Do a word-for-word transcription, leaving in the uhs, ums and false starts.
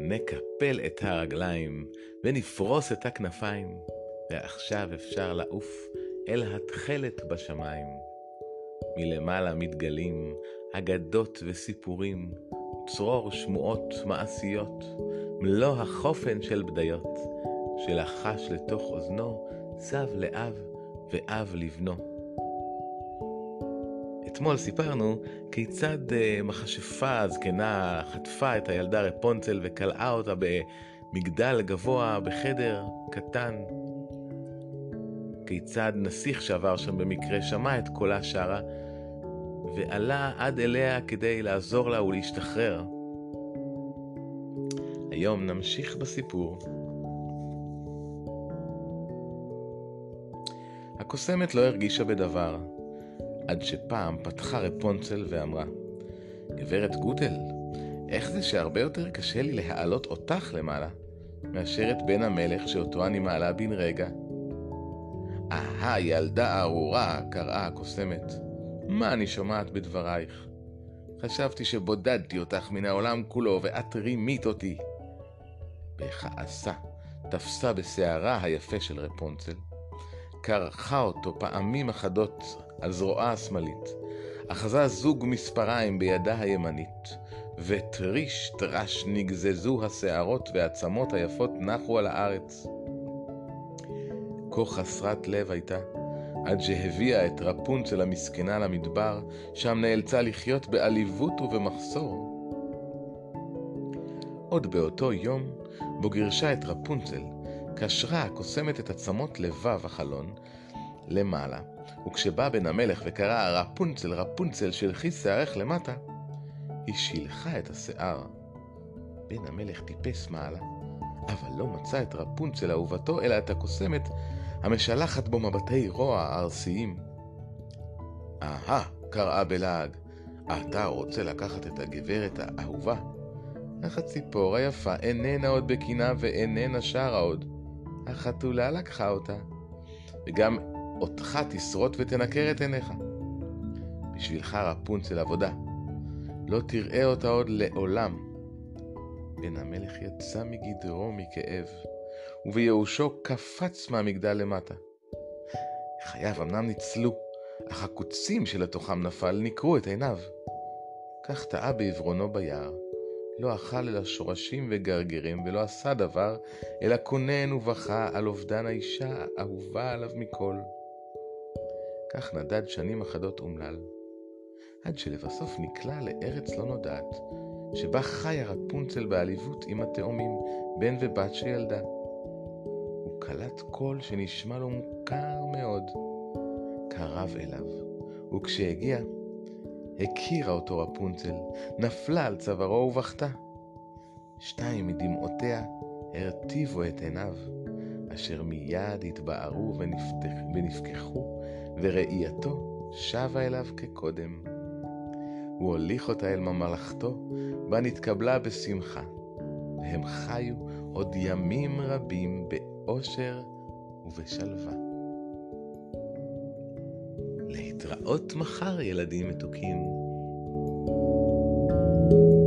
נקפל את הרגליים ונפרוס את הכנפיים, ועכשיו אפשר לעוף אל התכלת בשמיים. מלמעלה מתגלים אגדות וסיפורים, צרור שמועות מעשיות, מלוא החופן של בדיות, שלחש לתוך אוזנו סב לאב ואב לבנו. אתמול סיפרנו כיצד מכשפה הזקנה חטפה את הילדה רפונצל וקלעה אותה במגדל גבוה בחדר קטן. כיצד נסיך שעבר שם במקרה שמע את קולה שרה ועלה עד אליה כדי לעזור לה ולהשתחרר. היום נמשיך בסיפור. הקוסמת לא הרגישה בדבר, עד שפעם פתחה רפונצל ואמרה, גברת גוטל, איך זה שהרבה יותר קשה לי להעלות אותך למעלה, מאשר את בן המלך שאותו אני מעלה בן רגע? אהה, ילדה ארורה, קראה הקוסמת, מה אני שומעת בדברייך? חשבתי שבודדתי אותך מן העולם כולו ואת רימית אותי. בכעסה תפסה בשערה היפה של רפונצל, קרחה אותו פעמים אחדות על זרועה השמאלית, אחזה זוג מספריים בידה הימנית, וטריש טרש נגזזו השערות והעצמות היפות נחו על הארץ. כה חסרת לב הייתה, עד שהביאה את רפונצל המסכנה למדבר, שם נאלצה לחיות בעליבות ובמחסור. עוד באותו יום, בו גירשה את רפונצל, קשרה הקוסמת את עצמות לבב החלון למעלה, וכשבא בן המלך וקרא רפונצל רפונצל שלחי שערך למטה, היא שילחה את השיער. בן המלך טיפס מעלה, אבל לא מצא את רפונצל אהובתו, אלא את הקוסמת המשלחת בו מבטי רוע ארסיים. אהה, קראה בלעג, אתה רוצה לקחת את הגברת האהובה? אך הציפור היפה איננה עוד בקינה ואיננה שרה עוד. החתולה לקחה אותה, וגם אותך תשרוט ותנקר את עיניך. בשבילך רפונצל עבודה, לא תראה אותה עוד לעולם. בן המלך יצא מגדרו מכאב, ובייאושו קפץ מהמגדל למטה. חייו אמנם ניצלו, אך הקוצים שלתוכם נפל נקרו את עיניו. כך טעה בעברונו ביער, לא אכל אלא שורשים וגרגרים, ולא עשה דבר, אלא קונן ובכה על אובדן האישה האהובה עליו מכל. כך נדד שנים אחדות אומלל, עד שלבסוף נקלע לארץ לא נודעת, שבה חיה רפונצל בעליבות עם התאומים, בן ובת שילדה. הוא קלט קול שנשמע לו מוכר מאוד, קרב אליו, וכשהגיע, הכירה אותו רפונצל, נפלה על צווארו ובכתה. שתיים מדמעותיה הרטיבו את עיניו, אשר מיד התבארו ונפתח, ונפקחו, וראייתו שבה אליו כקודם. הוא הוליך אותה אל ממלכתו, בה נתקבלה בשמחה, והם חיו עוד ימים רבים באושר ובשלווה. להתראות מחר, ילדים מתוקים.